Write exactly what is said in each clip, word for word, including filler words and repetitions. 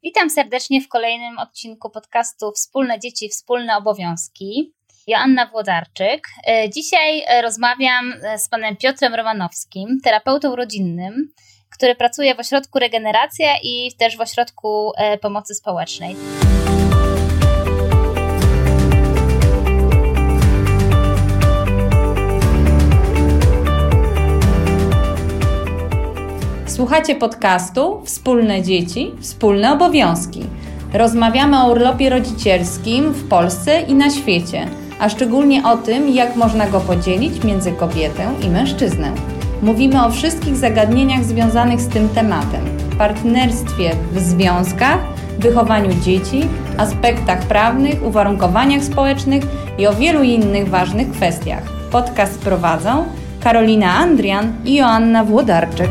Witam serdecznie w kolejnym odcinku podcastu Wspólne Dzieci, Wspólne Obowiązki. Joanna Włodarczyk. Dzisiaj rozmawiam z panem Piotrem Romanowskim, terapeutą rodzinnym, który pracuje w ośrodku Regeneracja i też w ośrodku pomocy społecznej. Słuchacie podcastu Wspólne Dzieci, Wspólne Obowiązki. Rozmawiamy o urlopie rodzicielskim w Polsce i na świecie, a szczególnie o tym, jak można go podzielić między kobietę i mężczyznę. Mówimy o wszystkich zagadnieniach związanych z tym tematem, partnerstwie w związkach, wychowaniu dzieci, aspektach prawnych, uwarunkowaniach społecznych i o wielu innych ważnych kwestiach. Podcast prowadzą Karolina Andrian i Joanna Włodarczyk.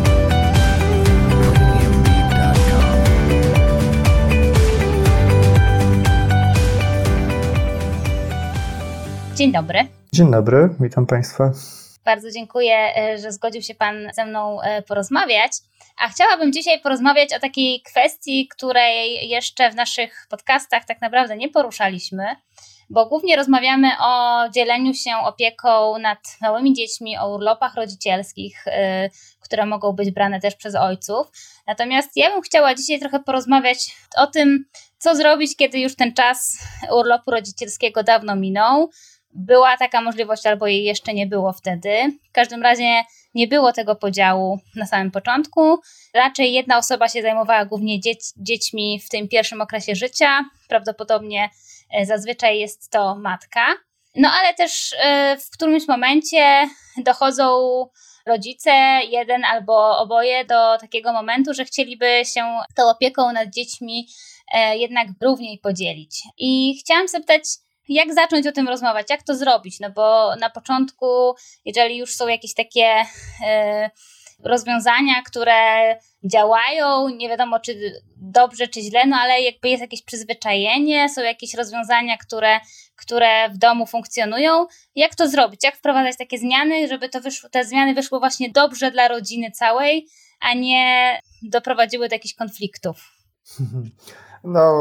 Dzień dobry. Dzień dobry, witam Państwa. Bardzo dziękuję, że zgodził się Pan ze mną porozmawiać. A chciałabym dzisiaj porozmawiać o takiej kwestii, której jeszcze w naszych podcastach tak naprawdę nie poruszaliśmy, bo głównie rozmawiamy o dzieleniu się opieką nad małymi dziećmi, o urlopach rodzicielskich, które mogą być brane też przez ojców. Natomiast ja bym chciała dzisiaj trochę porozmawiać o tym, co zrobić, kiedy już ten czas urlopu rodzicielskiego dawno minął. Była taka możliwość, albo jej jeszcze nie było wtedy. W każdym razie nie było tego podziału na samym początku. Raczej jedna osoba się zajmowała głównie dzieć- dziećmi w tym pierwszym okresie życia. Prawdopodobnie zazwyczaj jest to matka. No ale też w którymś momencie dochodzą rodzice, jeden albo oboje, do takiego momentu, że chcieliby się tą opieką nad dziećmi jednak równiej podzielić. I chciałam zapytać, jak zacząć o tym rozmawiać, jak to zrobić, no bo na początku, jeżeli już są jakieś takie e, rozwiązania, które działają, nie wiadomo czy dobrze, czy źle, no ale jakby jest jakieś przyzwyczajenie, są jakieś rozwiązania, które, które w domu funkcjonują, jak to zrobić, jak wprowadzać takie zmiany, żeby to wyszło, te zmiany wyszły właśnie dobrze dla rodziny całej, a nie doprowadziły do jakichś konfliktów? No...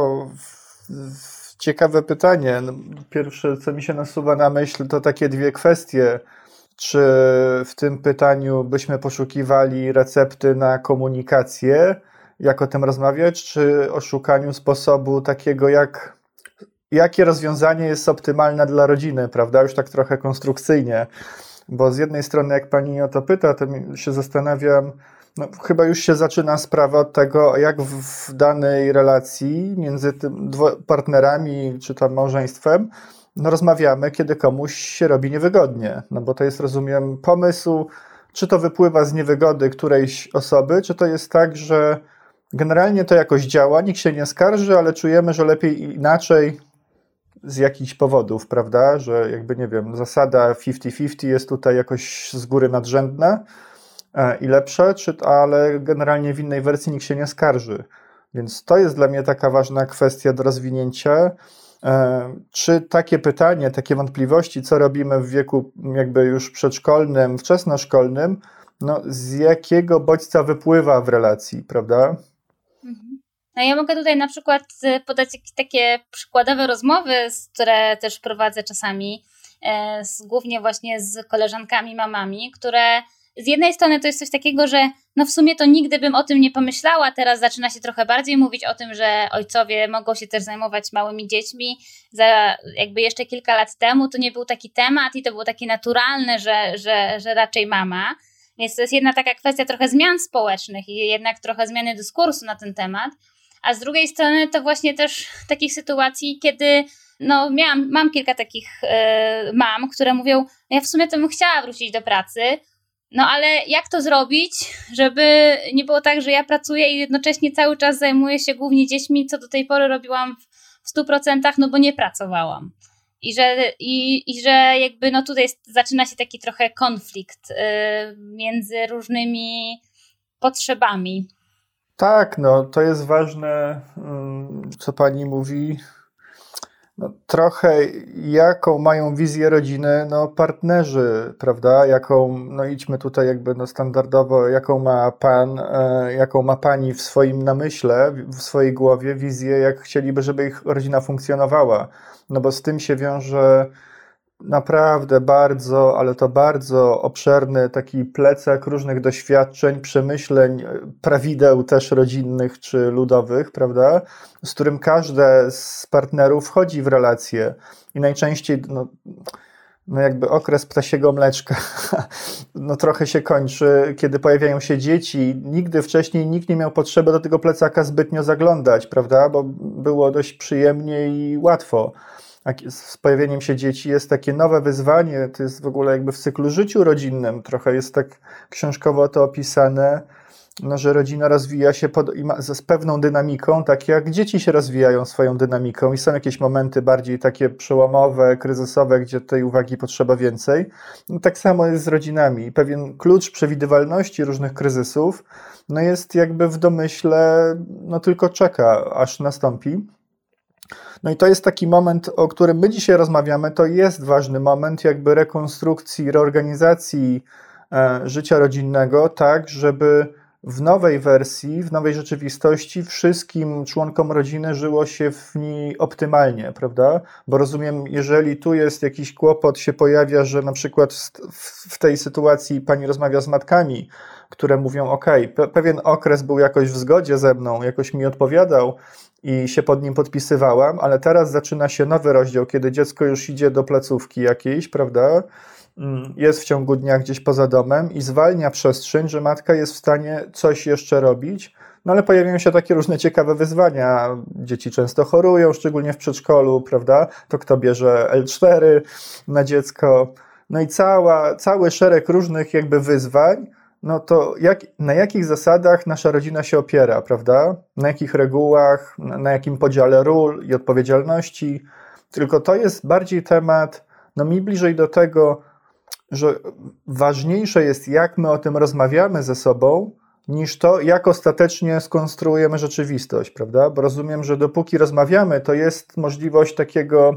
Ciekawe pytanie. Pierwsze, co mi się nasuwa na myśl, to takie dwie kwestie. Czy w tym pytaniu byśmy poszukiwali recepty na komunikację, jak o tym rozmawiać, czy o szukaniu sposobu takiego, jak, jakie rozwiązanie jest optymalne dla rodziny, prawda? Już tak trochę konstrukcyjnie. Bo z jednej strony, jak pani o to pyta, to się zastanawiam, no, chyba już się zaczyna sprawa od tego, jak w, w danej relacji między tym dwo, partnerami czy tam małżeństwem no, rozmawiamy, kiedy komuś się robi niewygodnie. No bo to jest, rozumiem, pomysł, czy to wypływa z niewygody którejś osoby, czy to jest tak, że generalnie to jakoś działa, nikt się nie skarży, ale czujemy, że lepiej inaczej z jakichś powodów, prawda? Że jakby, nie wiem, zasada fifty fifty jest tutaj jakoś z góry nadrzędna i lepsze, czy, ale generalnie w innej wersji nikt się nie skarży. Więc to jest dla mnie taka ważna kwestia do rozwinięcia. Czy takie pytanie, takie wątpliwości, co robimy w wieku jakby już przedszkolnym, wczesnoszkolnym, no z jakiego bodźca wypływa w relacji, prawda? No ja mogę tutaj na przykład podać jakieś takie przykładowe rozmowy, które też prowadzę czasami, z, głównie właśnie z koleżankami, mamami, które z jednej strony to jest coś takiego, że no w sumie to nigdy bym o tym nie pomyślała, teraz zaczyna się trochę bardziej mówić o tym, że ojcowie mogą się też zajmować małymi dziećmi. Za jakby jeszcze kilka lat temu to nie był taki temat i to było takie naturalne, że, że, że raczej mama. Więc to jest jedna taka kwestia trochę zmian społecznych i jednak trochę zmiany dyskursu na ten temat. A z drugiej strony to właśnie też takich sytuacji, kiedy no miałam, mam kilka takich yy, mam, które mówią, ja w sumie to bym chciała wrócić do pracy, no ale jak to zrobić, żeby nie było tak, że ja pracuję i jednocześnie cały czas zajmuję się głównie dziećmi, co do tej pory robiłam w stu procentach, no bo nie pracowałam. I że, i, i że jakby no tutaj jest, zaczyna się taki trochę konflikt yy, między różnymi potrzebami. Tak, no to jest ważne, co pani mówi. No, trochę jaką mają wizję rodziny no, partnerzy, prawda? Jaką, no idźmy tutaj jakby no, standardowo, jaką ma pan, e, jaką ma pani w swoim namyśle, w swojej głowie wizję, jak chcieliby, żeby ich rodzina funkcjonowała. No bo z tym się wiąże naprawdę bardzo, ale to bardzo obszerny taki plecak różnych doświadczeń, przemyśleń, prawideł też rodzinnych czy ludowych, prawda? Z którym każde z partnerów wchodzi w relacje i najczęściej no, no jakby okres ptasiego mleczka no trochę się kończy, kiedy pojawiają się dzieci. Nigdy wcześniej nikt nie miał potrzeby do tego plecaka zbytnio zaglądać, prawda? Bo było dość przyjemnie i łatwo. Z pojawieniem się dzieci jest takie nowe wyzwanie, to jest w ogóle jakby w cyklu życiu rodzinnym, trochę jest tak książkowo to opisane, no, że rodzina rozwija się pod, i ma, z pewną dynamiką, tak jak dzieci się rozwijają swoją dynamiką i są jakieś momenty bardziej takie przełomowe, kryzysowe, gdzie tej uwagi potrzeba więcej. No, tak samo jest z rodzinami. Pewien klucz przewidywalności różnych kryzysów no, jest jakby w domyśle, no tylko czeka, aż nastąpi. No i to jest taki moment, o którym my dzisiaj rozmawiamy, to jest ważny moment jakby rekonstrukcji, reorganizacji e, życia rodzinnego, tak, żeby w nowej wersji, w nowej rzeczywistości wszystkim członkom rodziny żyło się w niej optymalnie, prawda? Bo rozumiem, jeżeli tu jest jakiś kłopot, się pojawia, że na przykład w, w tej sytuacji pani rozmawia z matkami, które mówią, ok, pe- pewien okres był jakoś w zgodzie ze mną, jakoś mi odpowiadał, i się pod nim podpisywałam, ale teraz zaczyna się nowy rozdział, kiedy dziecko już idzie do placówki jakiejś, prawda, jest w ciągu dnia gdzieś poza domem i zwalnia przestrzeń, że matka jest w stanie coś jeszcze robić, no ale pojawiają się takie różne ciekawe wyzwania. Dzieci często chorują, szczególnie w przedszkolu, prawda, to kto bierze el cztery na dziecko, no i cała, cały szereg różnych jakby wyzwań. No to jak, na jakich zasadach nasza rodzina się opiera, prawda? Na jakich regułach, na, na jakim podziale ról i odpowiedzialności. Tylko to jest bardziej temat, no mi bliżej do tego, że ważniejsze jest, jak my o tym rozmawiamy ze sobą, niż to, jak ostatecznie skonstruujemy rzeczywistość, prawda? Bo rozumiem, że dopóki rozmawiamy, to jest możliwość takiego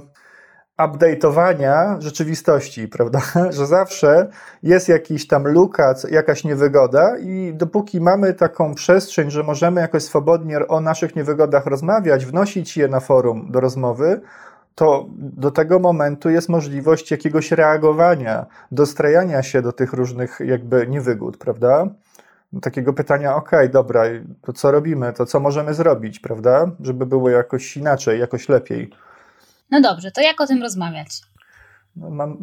update'owania rzeczywistości, prawda? Że zawsze jest jakiś tam luka, jakaś niewygoda i dopóki mamy taką przestrzeń, że możemy jakoś swobodnie o naszych niewygodach rozmawiać, wnosić je na forum do rozmowy, to do tego momentu jest możliwość jakiegoś reagowania, dostrajania się do tych różnych jakby niewygód, prawda? Takiego pytania, okej, okay, dobra, to co robimy, to co możemy zrobić, prawda? Żeby było jakoś inaczej, jakoś lepiej. No dobrze, to jak o tym rozmawiać? No mam...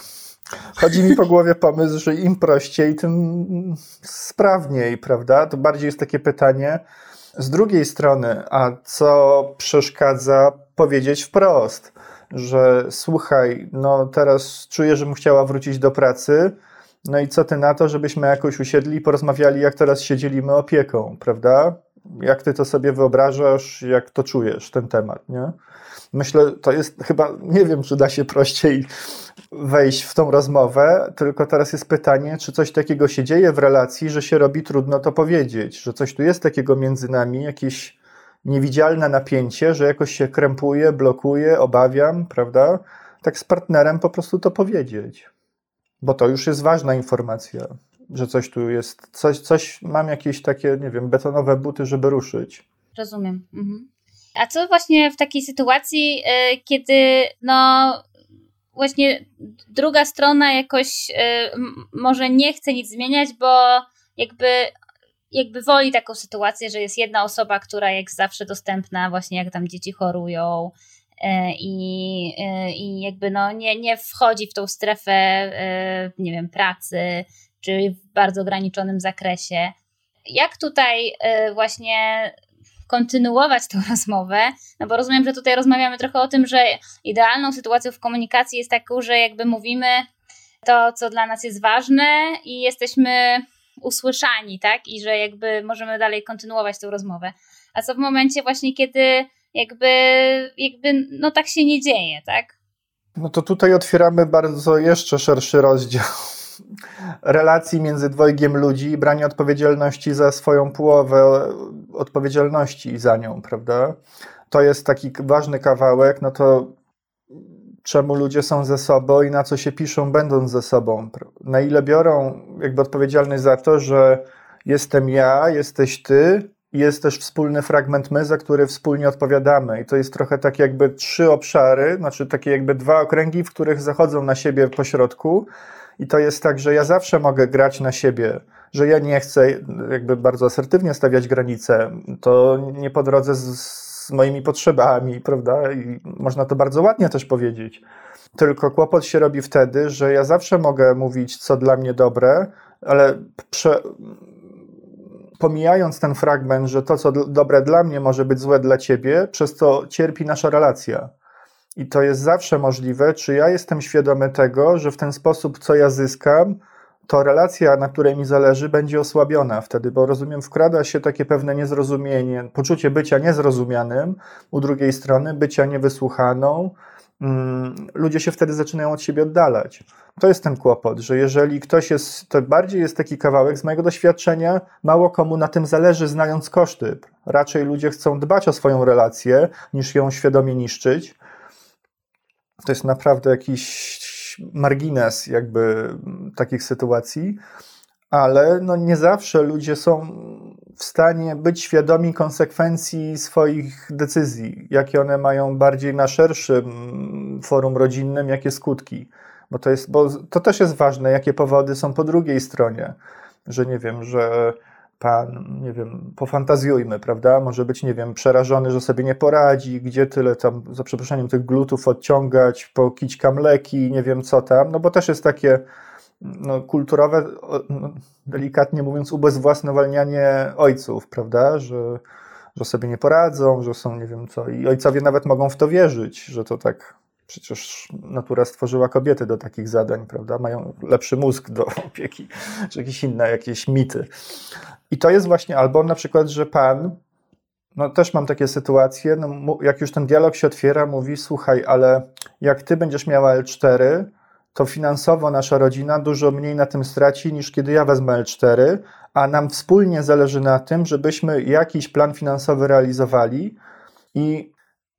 Chodzi mi po głowie pomysł, że im prościej, tym sprawniej, prawda? To bardziej jest takie pytanie. Z drugiej strony, a co przeszkadza powiedzieć wprost, że słuchaj, no teraz czuję, że bym chciała wrócić do pracy, no i co ty na to, żebyśmy jakoś usiedli i porozmawiali, jak teraz się dzielimy opieką, prawda? Jak ty to sobie wyobrażasz, jak to czujesz, ten temat, nie? Myślę, to jest chyba, nie wiem, czy da się prościej wejść w tą rozmowę, tylko teraz jest pytanie, czy coś takiego się dzieje w relacji, że się robi trudno to powiedzieć, że coś tu jest takiego między nami, jakieś niewidzialne napięcie, że jakoś się krępuje, blokuje, obawiam, prawda? Tak z partnerem po prostu to powiedzieć, bo to już jest ważna informacja, że coś tu jest, coś, coś mam jakieś takie, nie wiem, betonowe buty, żeby ruszyć. Rozumiem. Mhm. A co właśnie w takiej sytuacji, yy, kiedy no właśnie druga strona jakoś yy, m- może nie chce nic zmieniać, bo jakby, jakby woli taką sytuację, że jest jedna osoba, która jak zawsze dostępna, właśnie jak tam dzieci chorują yy, i, yy, i jakby no nie, nie wchodzi w tą strefę yy, nie wiem, pracy, czy w bardzo ograniczonym zakresie. Jak tutaj yy, właśnie kontynuować tę rozmowę, no bo rozumiem, że tutaj rozmawiamy trochę o tym, że idealną sytuacją w komunikacji jest taką, że jakby mówimy to, co dla nas jest ważne i jesteśmy usłyszani, tak? I że jakby możemy dalej kontynuować tę rozmowę. A co w momencie właśnie, kiedy jakby, jakby no tak się nie dzieje, tak? No to tutaj otwieramy bardzo jeszcze szerszy rozdział relacji między dwojgiem ludzi i branie odpowiedzialności za swoją połowę odpowiedzialności za nią, prawda? To jest taki ważny kawałek, no to czemu ludzie są ze sobą i na co się piszą, będąc ze sobą. Na ile biorą jakby odpowiedzialność za to, że jestem ja, jesteś ty i jest też wspólny fragment my, za który wspólnie odpowiadamy. I to jest trochę tak jakby trzy obszary, znaczy takie jakby dwa okręgi, w których zachodzą na siebie po środku. I to jest tak, że ja zawsze mogę grać na siebie, że ja nie chcę jakby bardzo asertywnie stawiać granice. To nie po drodze z, z moimi potrzebami, prawda? I można to bardzo ładnie też powiedzieć. Tylko kłopot się robi wtedy, że ja zawsze mogę mówić, co dla mnie dobre, ale prze... pomijając ten fragment, że to, co dobre dla mnie, może być złe dla ciebie, przez co cierpi nasza relacja. I to jest zawsze możliwe, czy ja jestem świadomy tego, że w ten sposób, co ja zyskam, to relacja, na której mi zależy, będzie osłabiona wtedy, bo rozumiem, wkrada się takie pewne niezrozumienie, poczucie bycia niezrozumianym, u drugiej strony bycia niewysłuchaną. Hmm, ludzie się wtedy zaczynają od siebie oddalać. To jest ten kłopot, że jeżeli ktoś jest, to bardziej jest taki kawałek z mojego doświadczenia, mało komu na tym zależy, znając koszty. Raczej ludzie chcą dbać o swoją relację, niż ją świadomie niszczyć. To jest naprawdę jakiś margines jakby takich sytuacji, ale no nie zawsze ludzie są w stanie być świadomi konsekwencji swoich decyzji, jakie one mają bardziej na szerszym forum rodzinnym, jakie skutki. Bo to jest, bo to też jest ważne, jakie powody są po drugiej stronie, że nie wiem, że pan, nie wiem, pofantazjujmy, prawda? Może być, nie wiem, przerażony, że sobie nie poradzi, gdzie tyle tam, za przeproszeniem, tych glutów odciągać, po kićka mleki, nie wiem co tam, no bo też jest takie no, kulturowe, no, delikatnie mówiąc, ubezwłasnowolnianie ojców, prawda? Że, że sobie nie poradzą, że są nie wiem co. I ojcowie nawet mogą w to wierzyć, że to tak, przecież natura stworzyła kobiety do takich zadań, prawda? Mają lepszy mózg do opieki, czy jakieś inne jakieś mity. I to jest właśnie, albo na przykład, że pan, no też mam takie sytuacje, no, jak już ten dialog się otwiera, mówi, słuchaj, ale jak ty będziesz miała L cztery, to finansowo nasza rodzina dużo mniej na tym straci, niż kiedy ja wezmę L cztery, a nam wspólnie zależy na tym, żebyśmy jakiś plan finansowy realizowali. I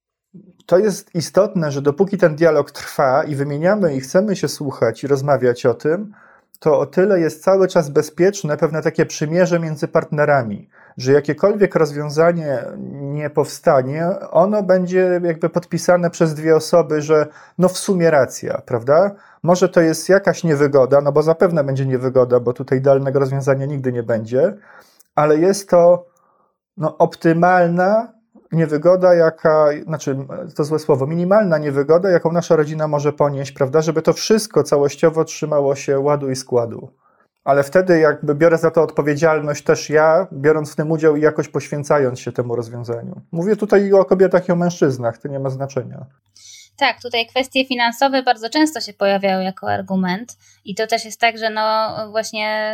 to jest istotne, że dopóki ten dialog trwa i wymieniamy i chcemy się słuchać i rozmawiać o tym, to o tyle jest cały czas bezpieczne pewne takie przymierze między partnerami, że jakiekolwiek rozwiązanie nie powstanie, ono będzie jakby podpisane przez dwie osoby, że no w sumie racja, prawda? Może to jest jakaś niewygoda, no bo zapewne będzie niewygoda, bo tutaj idealnego rozwiązania nigdy nie będzie, ale jest to no, optymalna niewygoda, jaka, znaczy to złe słowo, minimalna niewygoda, jaką nasza rodzina może ponieść, prawda, żeby to wszystko całościowo trzymało się ładu i składu. Ale wtedy jakby biorę za to odpowiedzialność też ja, biorąc w tym udział i jakoś poświęcając się temu rozwiązaniu. Mówię tutaj i o kobietach i o mężczyznach, to nie ma znaczenia. Tak, tutaj kwestie finansowe bardzo często się pojawiają jako argument i to też jest tak, że no właśnie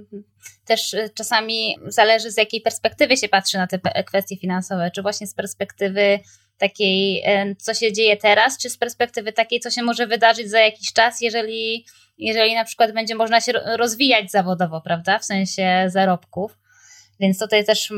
też czasami zależy, z jakiej perspektywy się patrzy na te kwestie finansowe, czy właśnie z perspektywy takiej, co się dzieje teraz, czy z perspektywy takiej, co się może wydarzyć za jakiś czas, jeżeli, jeżeli na przykład będzie można się rozwijać zawodowo, prawda, w sensie zarobków, więc tutaj też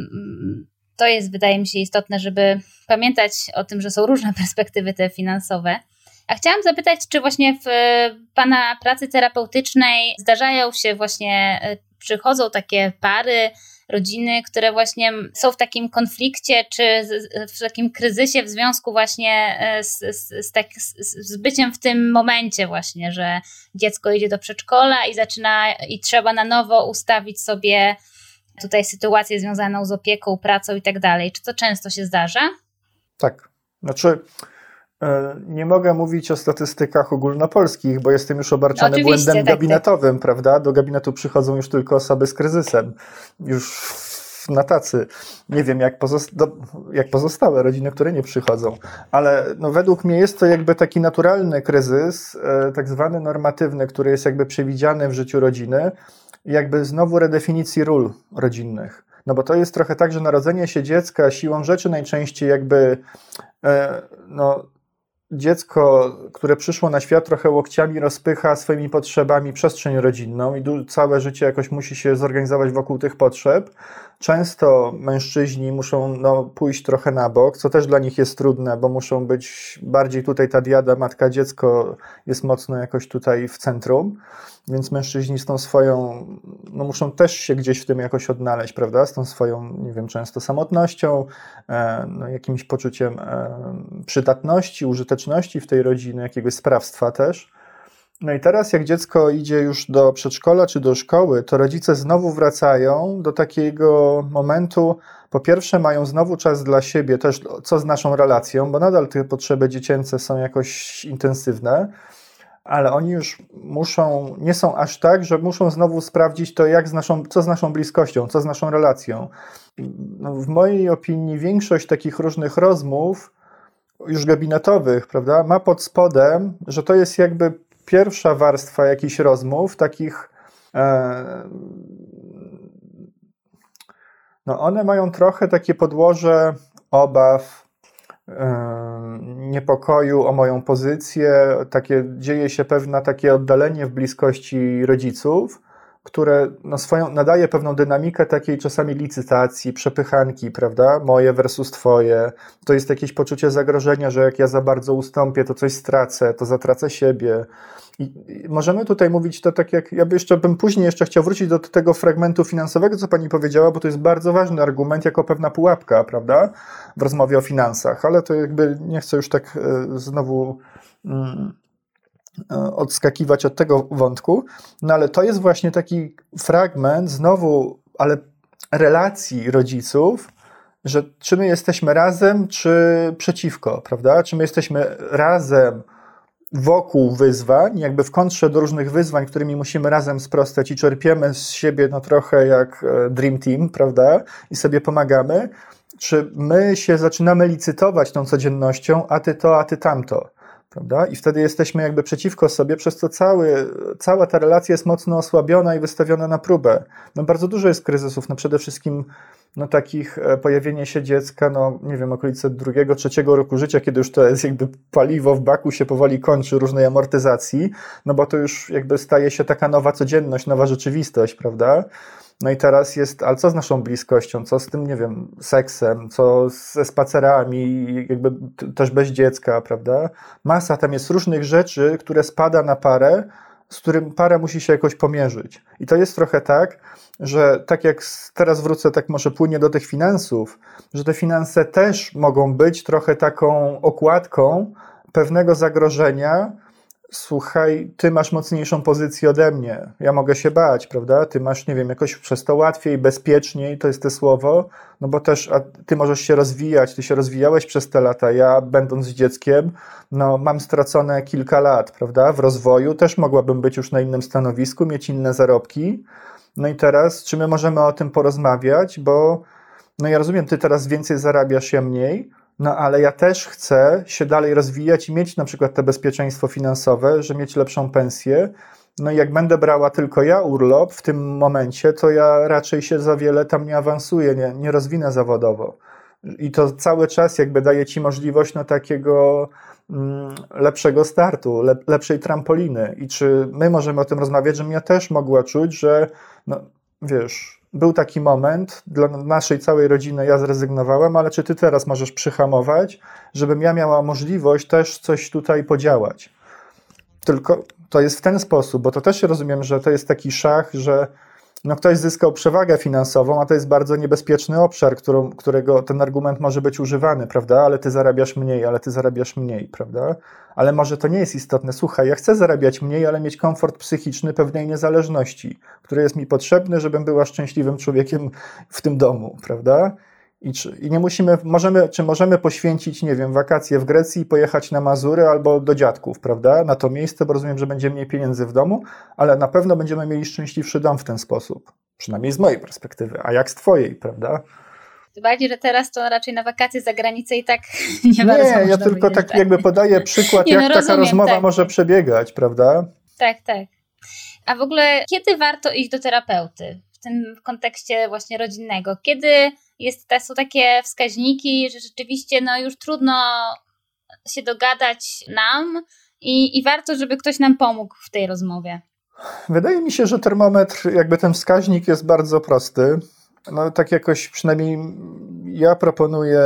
to jest, wydaje mi się, istotne, żeby pamiętać o tym, że są różne perspektywy te finansowe. A chciałam zapytać, czy właśnie w Pana pracy terapeutycznej zdarzają się właśnie, przychodzą takie pary, rodziny, które właśnie są w takim konflikcie, czy w takim kryzysie w związku właśnie z, z, z, tak, z, z byciem w tym momencie właśnie, że dziecko idzie do przedszkola i zaczyna i trzeba na nowo ustawić sobie tutaj sytuację związaną z opieką, pracą i tak dalej. Czy to często się zdarza? Tak. Znaczy nie mogę mówić o statystykach ogólnopolskich, bo jestem już obarczony Oczywiście, błędem tak, gabinetowym, tak. prawda? Do gabinetu przychodzą już tylko osoby z kryzysem. Już na tacy. Nie wiem, jak, pozosta- do, jak pozostałe rodziny, które nie przychodzą. Ale no, według mnie jest to jakby taki naturalny kryzys, e, tak zwany normatywny, który jest jakby przewidziany w życiu rodziny, jakby znowu redefinicji ról rodzinnych. No bo to jest trochę tak, że narodzenie się dziecka siłą rzeczy najczęściej jakby e, no, dziecko, które przyszło na świat, trochę łokciami rozpycha swoimi potrzebami przestrzeń rodzinną i du- całe życie jakoś musi się zorganizować wokół tych potrzeb. Często mężczyźni muszą no, pójść trochę na bok, co też dla nich jest trudne, bo muszą być bardziej tutaj ta diada matka, dziecko jest mocno jakoś tutaj w centrum, więc mężczyźni z tą swoją, no muszą też się gdzieś w tym jakoś odnaleźć, prawda, z tą swoją, nie wiem, często samotnością, e, no, jakimś poczuciem e, przydatności, użyteczności w tej rodzinie, jakiegoś sprawstwa też. No i teraz jak dziecko idzie już do przedszkola czy do szkoły, to rodzice znowu wracają do takiego momentu, po pierwsze mają znowu czas dla siebie, też co z naszą relacją, bo nadal te potrzeby dziecięce są jakoś intensywne, ale oni już muszą, nie są aż tak, że muszą znowu sprawdzić to, jak z naszą, co z naszą bliskością, co z naszą relacją. No, w mojej opinii większość takich różnych rozmów, już gabinetowych, prawda, ma pod spodem, że to jest jakby pierwsza warstwa jakichś rozmów, takich, e, no one mają trochę takie podłoże obaw, e, niepokoju o moją pozycję, takie, dzieje się pewne takie oddalenie w bliskości rodziców, które no swoją, nadaje pewną dynamikę takiej czasami licytacji, przepychanki, prawda? Moje versus twoje. To jest jakieś poczucie zagrożenia, że jak ja za bardzo ustąpię, to coś stracę, to zatracę siebie. I, i możemy tutaj mówić to tak jak, ja by jeszcze bym później jeszcze chciał wrócić do tego fragmentu finansowego, co pani powiedziała, bo to jest bardzo ważny argument jako pewna pułapka, prawda? W rozmowie o finansach, ale to jakby nie chcę już tak e, znowu... Mm, odskakiwać od tego wątku, no ale to jest właśnie taki fragment znowu, ale relacji rodziców, że czy my jesteśmy razem, czy przeciwko, prawda? Czy my jesteśmy razem wokół wyzwań, jakby w kontrze do różnych wyzwań, którymi musimy razem sprostać i czerpiemy z siebie no trochę jak Dream Team, prawda? I sobie pomagamy, czy my się zaczynamy licytować tą codziennością, a ty to, a ty tamto. Prawda? I wtedy jesteśmy jakby przeciwko sobie, przez co cały, cała ta relacja jest mocno osłabiona i wystawiona na próbę. No bardzo dużo jest kryzysów, no przede wszystkim no takich pojawienie się dziecka, no nie wiem, okolice drugiego, trzeciego roku życia, kiedy już to jest jakby paliwo w baku się powoli kończy różnej amortyzacji, no bo to już jakby staje się taka nowa codzienność, nowa rzeczywistość, prawda? No i teraz jest, ale co z naszą bliskością, co z tym, nie wiem, seksem, co ze spacerami, jakby t- też bez dziecka, prawda? Masa tam jest różnych rzeczy, które spada na parę, z którym para musi się jakoś pomierzyć. I to jest trochę tak, że tak jak teraz wrócę, tak może płynnie do tych finansów, że te finanse też mogą być trochę taką okładką pewnego zagrożenia. Słuchaj, ty masz mocniejszą pozycję ode mnie, ja mogę się bać, prawda? Ty masz, nie wiem, jakoś przez to łatwiej, bezpieczniej, to jest to słowo, no bo też a ty możesz się rozwijać, ty się rozwijałeś przez te lata, ja będąc dzieckiem, no mam stracone kilka lat, prawda? W rozwoju też mogłabym być już na innym stanowisku, mieć inne zarobki, no i teraz, czy my możemy o tym porozmawiać, bo, no ja rozumiem, ty teraz więcej zarabiasz, ja mniej, no ale ja też chcę się dalej rozwijać i mieć na przykład to bezpieczeństwo finansowe, że mieć lepszą pensję. No i jak będę brała tylko ja urlop w tym momencie, to ja raczej się za wiele tam nie awansuję, nie, nie rozwinę zawodowo. I to cały czas jakby daje ci możliwość no takiego mm, lepszego startu, lep, lepszej trampoliny. I czy my możemy o tym rozmawiać, żebym ja też mogła czuć, że no wiesz... Był taki moment, dla naszej całej rodziny ja zrezygnowałem, ale czy ty teraz możesz przyhamować, żebym ja miała możliwość też coś tutaj podziałać? Tylko to jest w ten sposób, bo to też rozumiem, że to jest taki szach, że no ktoś zyskał przewagę finansową, a to jest bardzo niebezpieczny obszar, którą, którego ten argument może być używany, prawda? Ale ty zarabiasz mniej, ale ty zarabiasz mniej, prawda? Ale może to nie jest istotne. Słuchaj, ja chcę zarabiać mniej, ale mieć komfort psychiczny pewnej niezależności, który jest mi potrzebny, żebym była szczęśliwym człowiekiem w tym domu, prawda? I, czy, i nie musimy, możemy, czy możemy poświęcić, nie wiem, wakacje w Grecji i pojechać na Mazury albo do dziadków, prawda? Na to miejsce, bo rozumiem, że będzie mniej pieniędzy w domu, ale na pewno będziemy mieli szczęśliwszy dom w ten sposób. Przynajmniej z mojej perspektywy. A jak z twojej, prawda? Tym bardziej, że teraz to raczej na wakacje za granicę i tak nie bardzo Nie, ja tylko wyjeżdżać. tak jakby podaję przykład, nie, jak no taka rozumiem, rozmowa tak. może przebiegać, prawda? Tak, tak. A w ogóle kiedy warto iść do terapeuty? W tym kontekście właśnie rodzinnego. Kiedy jest, są takie wskaźniki, że rzeczywiście no już trudno się dogadać nam i, i warto, żeby ktoś nam pomógł w tej rozmowie? Wydaje mi się, że termometr, jakby ten wskaźnik jest bardzo prosty. No tak jakoś przynajmniej ja proponuję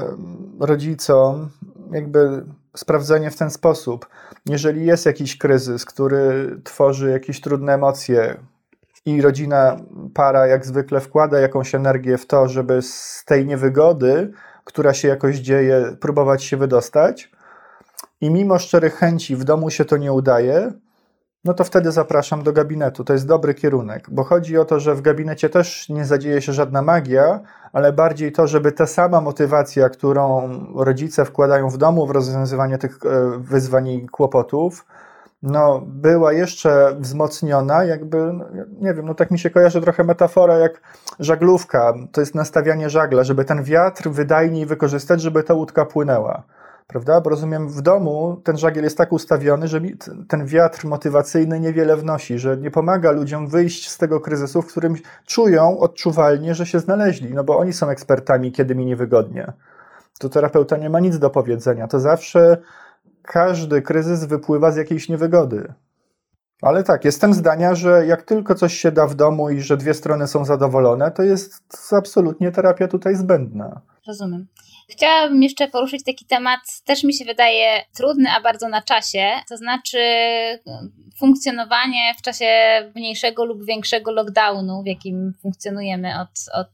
rodzicom jakby sprawdzenie w ten sposób. Jeżeli jest jakiś kryzys, który tworzy jakieś trudne emocje i rodzina, para jak zwykle wkłada jakąś energię w to, żeby z tej niewygody, która się jakoś dzieje, próbować się wydostać i mimo szczerych chęci w domu się to nie udaje, no to wtedy zapraszam do gabinetu. To jest dobry kierunek, bo chodzi o to, że w gabinecie też nie zadzieje się żadna magia, ale bardziej to, żeby ta sama motywacja, którą rodzice wkładają w domu w rozwiązywanie tych wyzwań i kłopotów, no była jeszcze wzmocniona, jakby, no, nie wiem, no tak mi się kojarzy trochę metafora jak żaglówka. To jest nastawianie żagla, żeby ten wiatr wydajniej wykorzystać, żeby ta łódka płynęła. Prawda? Bo rozumiem, w domu ten żagiel jest tak ustawiony, że ten wiatr motywacyjny niewiele wnosi, że nie pomaga ludziom wyjść z tego kryzysu, w którym czują odczuwalnie, że się znaleźli, no bo oni są ekspertami, kiedy mi niewygodnie. To terapeuta nie ma nic do powiedzenia. To zawsze każdy kryzys wypływa z jakiejś niewygody. Ale tak, jestem zdania, że jak tylko coś się da w domu i że dwie strony są zadowolone, to jest absolutnie terapia tutaj zbędna. Rozumiem. Chciałabym jeszcze poruszyć taki temat, też mi się wydaje trudny, a bardzo na czasie, to znaczy funkcjonowanie w czasie mniejszego lub większego lockdownu, w jakim funkcjonujemy od, od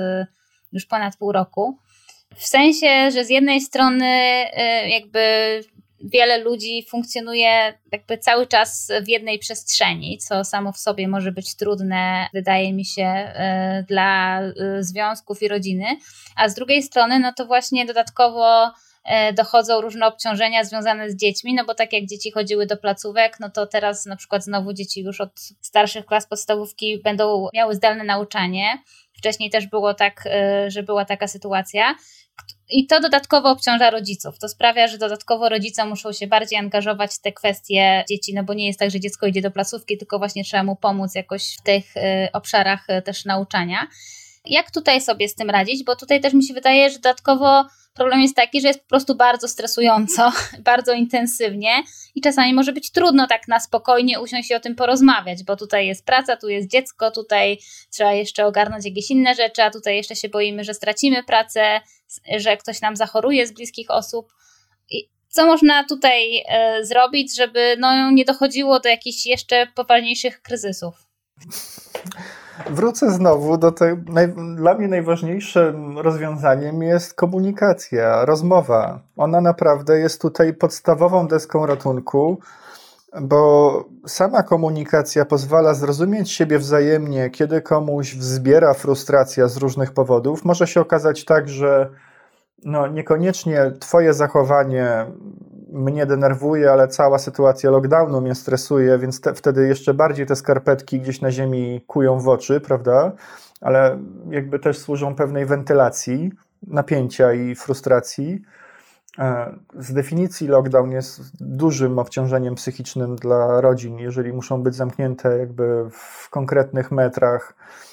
już ponad pół roku. W sensie, że z jednej strony jakby wiele ludzi funkcjonuje jakby cały czas w jednej przestrzeni, co samo w sobie może być trudne, wydaje mi się, dla związków i rodziny, a z drugiej strony no to właśnie dodatkowo dochodzą różne obciążenia związane z dziećmi, no bo tak jak dzieci chodziły do placówek, no to teraz na przykład znowu dzieci już od starszych klas podstawówki będą miały zdalne nauczanie. Wcześniej też było tak, że była taka sytuacja. I to dodatkowo obciąża rodziców. To sprawia, że dodatkowo rodzice muszą się bardziej angażować w te kwestie dzieci, no bo nie jest tak, że dziecko idzie do placówki, tylko właśnie trzeba mu pomóc jakoś w tych obszarach też nauczania. Jak tutaj sobie z tym radzić? Bo tutaj też mi się wydaje, że dodatkowo problem jest taki, że jest po prostu bardzo stresująco, bardzo intensywnie i czasami może być trudno tak na spokojnie usiąść i o tym porozmawiać, bo tutaj jest praca, tu jest dziecko, tutaj trzeba jeszcze ogarnąć jakieś inne rzeczy, a tutaj jeszcze się boimy, że stracimy pracę, że ktoś nam zachoruje z bliskich osób. I co można tutaj e, zrobić, żeby no, nie dochodziło do jakichś jeszcze poważniejszych kryzysów? Wrócę znowu do tej, naj, dla mnie najważniejszym rozwiązaniem jest komunikacja, rozmowa. Ona naprawdę jest tutaj podstawową deską ratunku, bo sama komunikacja pozwala zrozumieć siebie wzajemnie, kiedy komuś wzbiera frustracja z różnych powodów. Może się okazać tak, że no, niekoniecznie twoje zachowanie mnie denerwuje, ale cała sytuacja lockdownu mnie stresuje, więc te, wtedy jeszcze bardziej te skarpetki gdzieś na ziemi kują w oczy, prawda? Ale jakby też służą pewnej wentylacji napięcia i frustracji. Z definicji lockdown jest dużym obciążeniem psychicznym dla rodzin, jeżeli muszą być zamknięte jakby w konkretnych metrach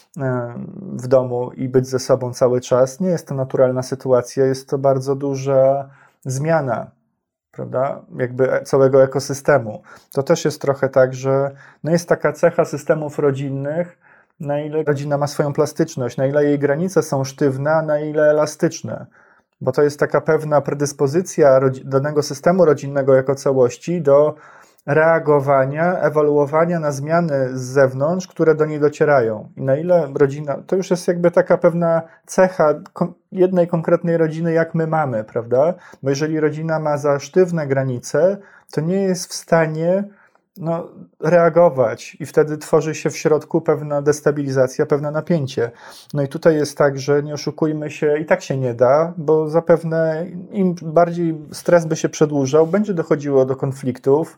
w domu i być ze sobą cały czas. Nie jest to naturalna sytuacja, jest to bardzo duża zmiana, prawda, jakby całego ekosystemu. To też jest trochę tak, że no jest taka cecha systemów rodzinnych, na ile rodzina ma swoją plastyczność, na ile jej granice są sztywne, a na ile elastyczne. Bo to jest taka pewna predyspozycja danego systemu rodzinnego jako całości do reagowania, ewoluowania na zmiany z zewnątrz, które do niej docierają. I na ile rodzina, to już jest jakby taka pewna cecha jednej konkretnej rodziny, jak my mamy, prawda? Bo jeżeli rodzina ma za sztywne granice, to nie jest w stanie no, reagować i wtedy tworzy się w środku pewna destabilizacja, pewne napięcie. No i tutaj jest tak, że nie oszukujmy się, i tak się nie da, bo zapewne im bardziej stres by się przedłużał, będzie dochodziło do konfliktów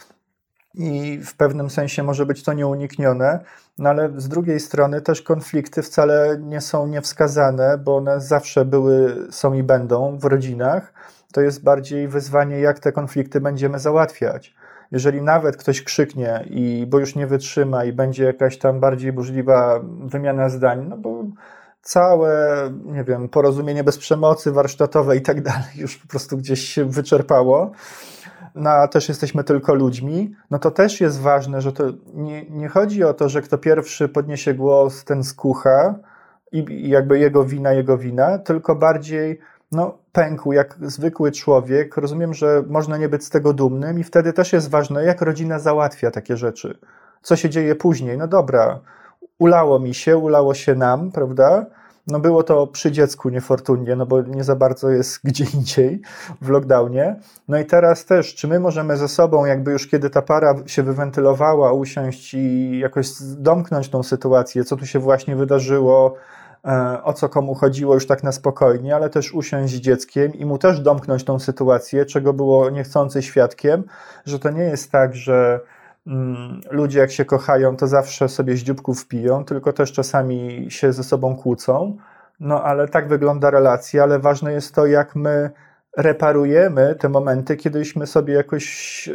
i w pewnym sensie może być to nieuniknione, no ale z drugiej strony też konflikty wcale nie są niewskazane, bo one zawsze były, są i będą w rodzinach. To jest bardziej wyzwanie, jak te konflikty będziemy załatwiać. Jeżeli nawet ktoś krzyknie, i bo już nie wytrzyma i będzie jakaś tam bardziej burzliwa wymiana zdań, no bo całe, nie wiem, porozumienie bez przemocy warsztatowe i tak dalej już po prostu gdzieś się wyczerpało, no a też jesteśmy tylko ludźmi, no to też jest ważne, że to nie, nie chodzi o to, że kto pierwszy podniesie głos, ten skucha i, i jakby jego wina, jego wina, tylko bardziej no, pękł jak zwykły człowiek. Rozumiem, że można nie być z tego dumnym i wtedy też jest ważne, jak rodzina załatwia takie rzeczy. Co się dzieje później? No dobra, ulało mi się, ulało się nam, prawda? No było to przy dziecku niefortunnie, no bo nie za bardzo jest gdzie indziej w lockdownie. No i teraz też, czy my możemy ze sobą, jakby już kiedy ta para się wywentylowała, usiąść i jakoś domknąć tą sytuację, co tu się właśnie wydarzyło, o co komu chodziło już tak na spokojnie, ale też usiąść z dzieckiem i mu też domknąć tą sytuację, czego było niechcący świadkiem, że to nie jest tak, że mm, ludzie jak się kochają, to zawsze sobie z dzióbków piją, tylko też czasami się ze sobą kłócą, no ale tak wygląda relacja, ale ważne jest to, jak my reparujemy te momenty, kiedyśmy sobie jakoś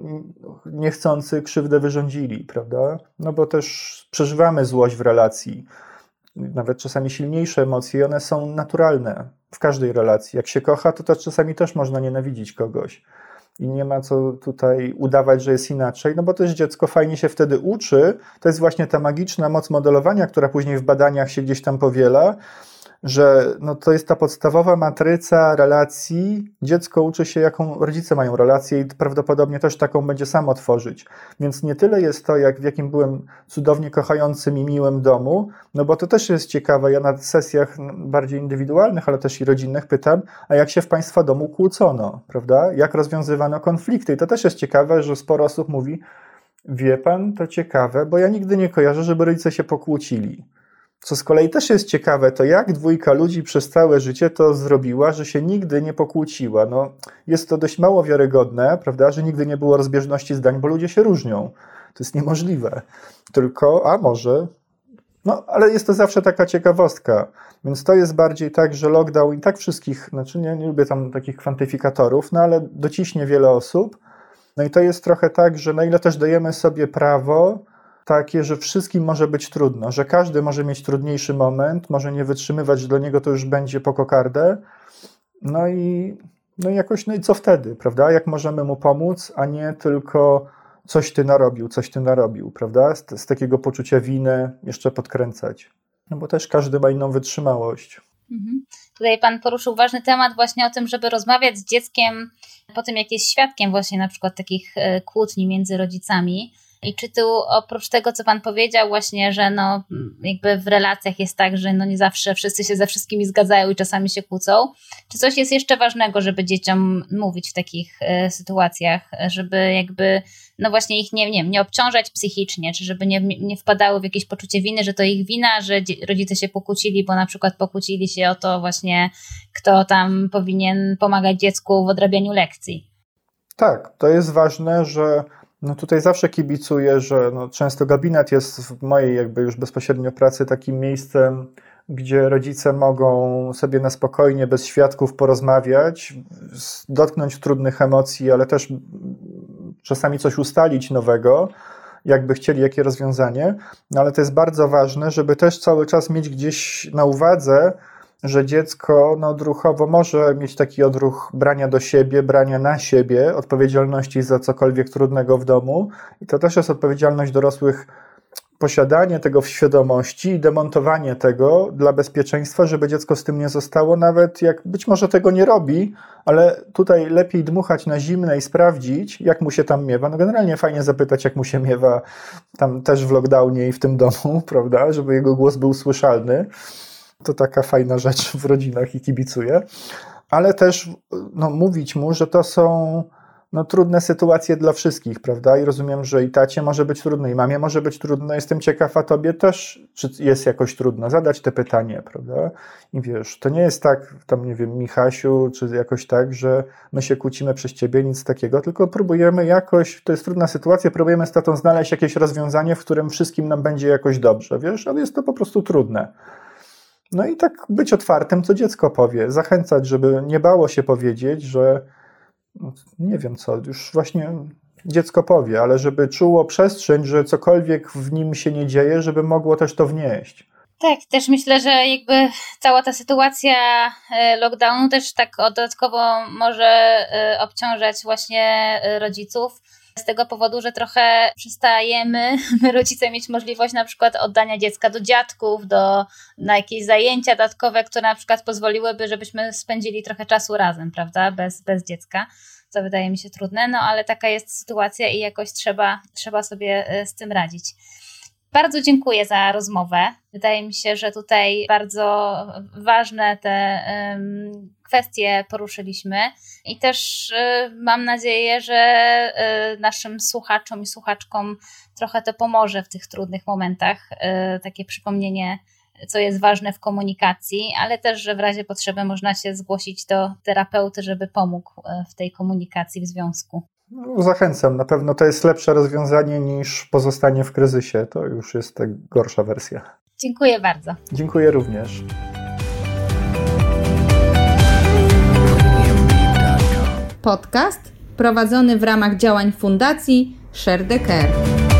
niechcący krzywdę wyrządzili, prawda? No bo też przeżywamy złość w relacji, nawet czasami silniejsze emocje, one są naturalne w każdej relacji. Jak się kocha, to też czasami też można nienawidzić kogoś. I nie ma co tutaj udawać, że jest inaczej, no bo też dziecko fajnie się wtedy uczy. To jest właśnie ta magiczna moc modelowania, która później w badaniach się gdzieś tam powiela, że no to jest ta podstawowa matryca relacji. Dziecko uczy się, jaką rodzice mają relację i prawdopodobnie też taką będzie samo tworzyć. Więc nie tyle jest to, jak w jakim byłem cudownie kochającym i miłym domu, no bo to też jest ciekawe. Ja na sesjach bardziej indywidualnych, ale też i rodzinnych pytam, a jak się w Państwa domu kłócono, prawda? Jak rozwiązywano konflikty? I to też jest ciekawe, że sporo osób mówi, wie Pan, to ciekawe, bo ja nigdy nie kojarzę, żeby rodzice się pokłócili. Co z kolei też jest ciekawe, to jak dwójka ludzi przez całe życie to zrobiła, że się nigdy nie pokłóciła. No, jest to dość mało wiarygodne, prawda, że nigdy nie było rozbieżności zdań, bo ludzie się różnią. To jest niemożliwe. Tylko, a może, no, ale jest to zawsze taka ciekawostka. Więc to jest bardziej tak, że lockdown i tak wszystkich, znaczy nie, nie lubię tam takich kwantyfikatorów, no ale dociśnie wiele osób. No i to jest trochę tak, że na ile też dajemy sobie prawo takie, że wszystkim może być trudno, że każdy może mieć trudniejszy moment, może nie wytrzymywać, że dla niego to już będzie po kokardę. No i, no i jakoś, no i co wtedy, prawda? Jak możemy mu pomóc, a nie tylko coś ty narobił, coś ty narobił, prawda? Z, z takiego poczucia winy jeszcze podkręcać. No bo też każdy ma inną wytrzymałość. Mhm. Tutaj Pan poruszył ważny temat właśnie o tym, żeby rozmawiać z dzieckiem po tym, jak jest świadkiem właśnie na przykład takich kłótni między rodzicami. I czy tu oprócz tego, co Pan powiedział właśnie, że no jakby w relacjach jest tak, że no nie zawsze wszyscy się ze wszystkimi zgadzają i czasami się kłócą, czy coś jest jeszcze ważnego, żeby dzieciom mówić w takich y, sytuacjach, żeby jakby no właśnie ich nie, nie, nie obciążać psychicznie, czy żeby nie, nie wpadały w jakieś poczucie winy, że to ich wina, że dzie- rodzice się pokłócili, bo na przykład pokłócili się o to właśnie, kto tam powinien pomagać dziecku w odrabianiu lekcji. Tak, to jest ważne, że no tutaj zawsze kibicuję, że no często gabinet jest w mojej jakby już bezpośrednio pracy takim miejscem, gdzie rodzice mogą sobie na spokojnie, bez świadków porozmawiać, dotknąć trudnych emocji, ale też czasami coś ustalić nowego, jakby chcieli, jakie rozwiązanie. No ale to jest bardzo ważne, żeby też cały czas mieć gdzieś na uwadze, że dziecko no, odruchowo może mieć taki odruch brania do siebie, brania na siebie, odpowiedzialności za cokolwiek trudnego w domu. I to też jest odpowiedzialność dorosłych, posiadanie tego w świadomości i demontowanie tego dla bezpieczeństwa, żeby dziecko z tym nie zostało, nawet jak być może tego nie robi, ale tutaj lepiej dmuchać na zimne i sprawdzić, jak mu się tam miewa. No generalnie fajnie zapytać, jak mu się miewa tam też w lockdownie i w tym domu, prawda, żeby jego głos był słyszalny. To taka fajna rzecz w rodzinach i kibicuję, ale też no, mówić mu, że to są no, trudne sytuacje dla wszystkich, prawda? I rozumiem, że i tacie może być trudno, i mamie może być trudno. Jestem ciekaw, a tobie też czy jest jakoś trudno zadać te pytanie, prawda? I wiesz, to nie jest tak, tam nie wiem, Michasiu, czy jakoś tak, że my się kłócimy przez ciebie, nic takiego, tylko próbujemy jakoś, to jest trudna sytuacja, próbujemy z tatą znaleźć jakieś rozwiązanie, w którym wszystkim nam będzie jakoś dobrze, wiesz? Ale jest to po prostu trudne. No i tak być otwartym, co dziecko powie. Zachęcać, żeby nie bało się powiedzieć, że no, nie wiem co, już właśnie dziecko powie, ale żeby czuło przestrzeń, że cokolwiek w nim się nie dzieje, żeby mogło też to wnieść. Tak, też myślę, że jakby cała ta sytuacja lockdownu też tak dodatkowo może obciążać właśnie rodziców z tego powodu, że trochę przestajemy my rodzice mieć możliwość na przykład oddania dziecka do dziadków, do, na jakieś zajęcia dodatkowe, które na przykład pozwoliłyby, żebyśmy spędzili trochę czasu razem, prawda, bez, bez dziecka, co wydaje mi się trudne, no ale taka jest sytuacja i jakoś trzeba, trzeba sobie z tym radzić. Bardzo dziękuję za rozmowę. Wydaje mi się, że tutaj bardzo ważne te um, kwestie poruszyliśmy i też y, mam nadzieję, że y, naszym słuchaczom i słuchaczkom trochę to pomoże w tych trudnych momentach. Y, takie przypomnienie, co jest ważne w komunikacji, ale też, że w razie potrzeby można się zgłosić do terapeuty, żeby pomógł w tej komunikacji w związku. No, zachęcam, na pewno to jest lepsze rozwiązanie niż pozostanie w kryzysie. To już jest ta gorsza wersja. Dziękuję bardzo. Dziękuję również. Podcast prowadzony w ramach działań Fundacji Share the Care.